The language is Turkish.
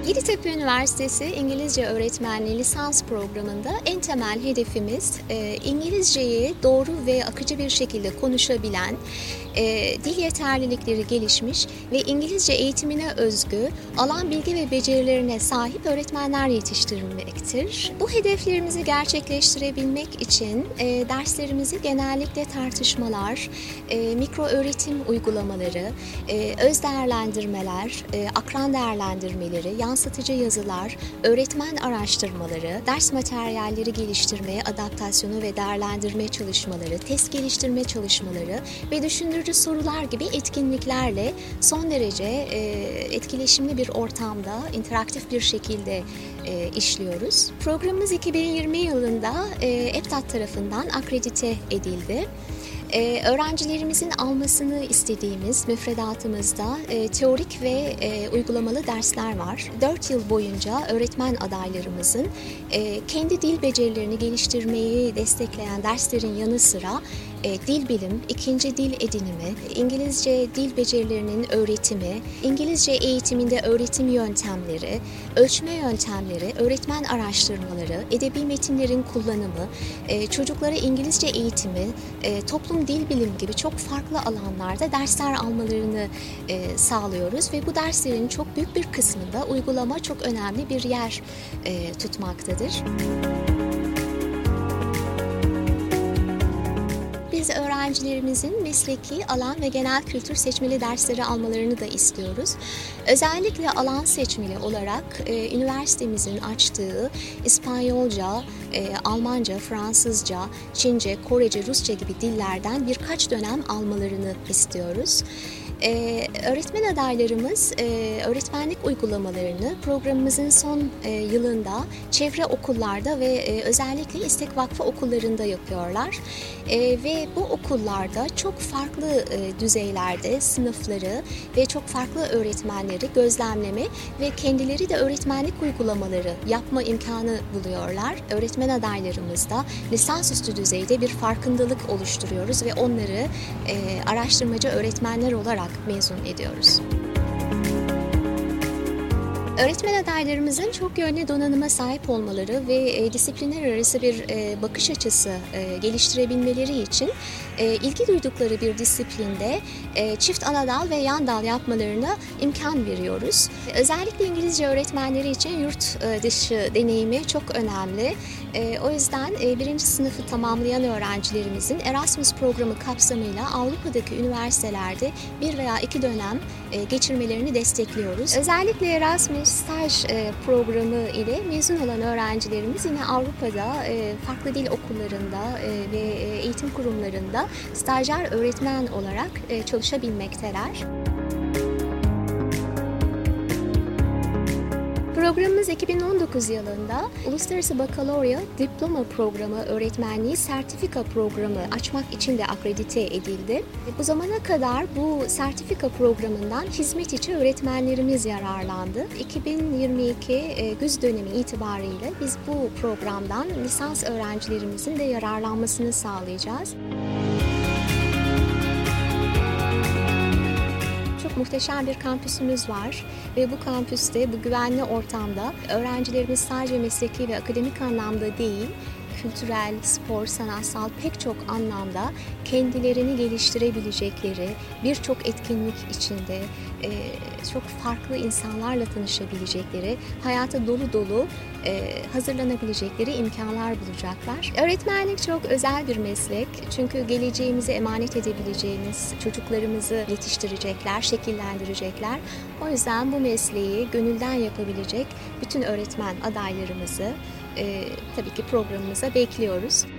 Yeditepe Üniversitesi İngilizce Öğretmenliği lisans programında en temel hedefimiz İngilizceyi doğru ve akıcı bir şekilde konuşabilen, dil yeterlilikleri gelişmiş ve İngilizce eğitimine özgü alan bilgi ve becerilerine sahip öğretmenler yetiştirmektir. Bu hedeflerimizi gerçekleştirebilmek için derslerimizi genellikle tartışmalar, mikro öğretim uygulamaları, öz değerlendirmeler, akran değerlendirmeleri, yansıtıcı yazılar, öğretmen araştırmaları, ders materyalleri geliştirmeye, adaptasyonu ve değerlendirme çalışmaları, test geliştirme çalışmaları ve düşündürücü sorular gibi etkinliklerle son derece etkileşimli bir ortamda, interaktif bir şekilde işliyoruz. Programımız 2020 yılında EBTAD tarafından akredite edildi. Öğrencilerimizin almasını istediğimiz müfredatımızda teorik ve uygulamalı dersler var. 4 yıl boyunca öğretmen adaylarımızın kendi dil becerilerini geliştirmeyi destekleyen derslerin yanı sıra dil bilim, ikinci dil edinimi, İngilizce dil becerilerinin öğretimi, İngilizce eğitiminde öğretim yöntemleri, ölçme yöntemleri, öğretmen araştırmaları, edebi metinlerin kullanımı, çocuklara İngilizce eğitimi, toplum dil bilim gibi çok farklı alanlarda dersler almalarını sağlıyoruz ve bu derslerin çok büyük bir kısmında uygulama çok önemli bir yer tutmaktadır. Biz öğrencilerimizin mesleki, alan ve genel kültür seçmeli dersleri almalarını da istiyoruz. Özellikle alan seçmeli olarak üniversitemizin açtığı İspanyolca, Almanca, Fransızca, Çince, Korece, Rusça gibi dillerden birkaç dönem almalarını istiyoruz. Öğretmen adaylarımız öğretmenlik uygulamalarını programımızın son yılında çevre okullarda ve özellikle İstek Vakfı okullarında yapıyorlar. Ve bu okullarda çok farklı düzeylerde sınıfları ve çok farklı öğretmenleri gözlemleme ve kendileri de öğretmenlik uygulamaları yapma imkanı buluyorlar. Öğretmen adaylarımızda lisansüstü düzeyde bir farkındalık oluşturuyoruz ve onları araştırmacı öğretmenler olarak mezun ediyoruz. Öğretmen adaylarımızın çok yönlü donanıma sahip olmaları ve disiplinler arası bir bakış açısı geliştirebilmeleri için ilgi duydukları bir disiplinde çift anadal ve yan dal yapmalarına imkan veriyoruz. Özellikle İngilizce öğretmenleri için yurt dışı deneyimi çok önemli. O yüzden birinci sınıfı tamamlayan öğrencilerimizin Erasmus programı kapsamıyla Avrupa'daki üniversitelerde 1 veya 2 dönem geçirmelerini destekliyoruz. Özellikle Erasmus staj programı ile mezun olan öğrencilerimiz yine Avrupa'da farklı dil okullarında ve eğitim kurumlarında stajyer öğretmen olarak çalışabilmekteler. Programımız 2019 yılında Uluslararası Bakalorya Diploma Programı Öğretmenliği Sertifika Programı açmak için de akredite edildi. Bu zamana kadar bu sertifika programından hizmet içi öğretmenlerimiz yararlandı. 2022 güz dönemi itibariyle biz bu programdan lisans öğrencilerimizin de yararlanmasını sağlayacağız. Muhteşem bir kampüsümüz var ve bu kampüste, bu güvenli ortamda öğrencilerimiz sadece mesleki ve akademik anlamda değil, kültürel, spor, sanatsal pek çok anlamda kendilerini geliştirebilecekleri, birçok etkinlik içinde çok farklı insanlarla tanışabilecekleri, hayata dolu dolu hazırlanabilecekleri imkanlar bulacaklar. Öğretmenlik çok özel bir meslek çünkü geleceğimizi emanet edebileceğimiz çocuklarımızı yetiştirecekler, şekillendirecekler. O yüzden bu mesleği gönülden yapabilecek bütün öğretmen adaylarımızı tabii ki programımıza bekliyoruz.